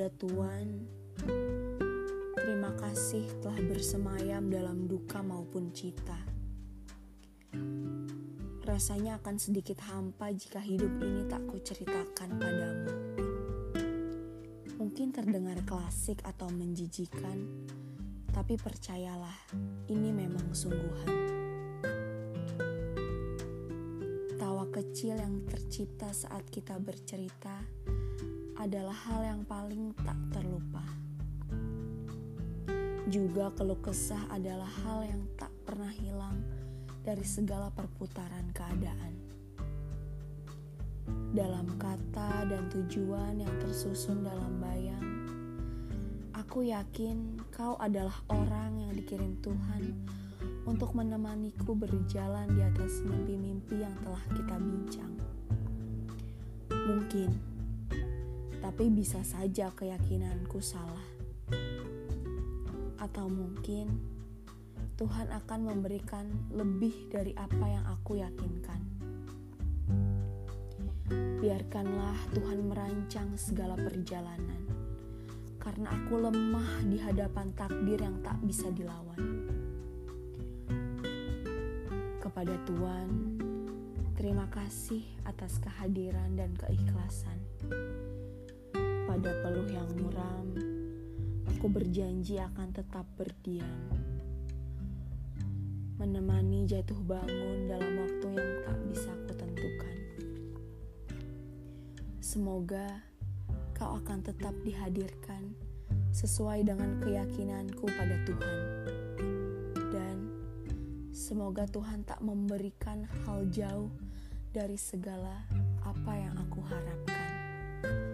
Kepada Tuhan, terima kasih telah bersemayam dalam duka maupun cita. Rasanya akan sedikit hampa jika hidup ini tak kuceritakan padamu. Mungkin terdengar klasik atau menjijikan, tapi percayalah, ini memang sungguhan. Tawa kecil yang tercipta saat kita bercerita adalah hal yang paling tak terlupa. Juga keluh kesah adalah hal yang tak pernah hilang dari segala perputaran keadaan. Dalam kata dan tujuan yang tersusun dalam bayang, aku yakin kau adalah orang yang dikirim Tuhan untuk menemaniku berjalan di atas mimpi-mimpi yang telah kita bincang. Mungkin, tapi bisa saja keyakinanku salah. Atau mungkin Tuhan akan memberikan lebih dari apa yang aku yakinkan. Biarkanlah Tuhan merancang segala perjalanan, karena aku lemah di hadapan takdir yang tak bisa dilawan. Kepada Tuhan, terima kasih atas kehadiran dan keikhlasan. Pada peluh yang muram, aku berjanji akan tetap berdiam, menemani jatuh bangun dalam waktu yang tak bisa kutentukan. Semoga kau akan tetap dihadirkan sesuai dengan keyakinanku pada Tuhan. Dan semoga Tuhan tak memberikan hal jauh dari segala apa yang aku harapkan.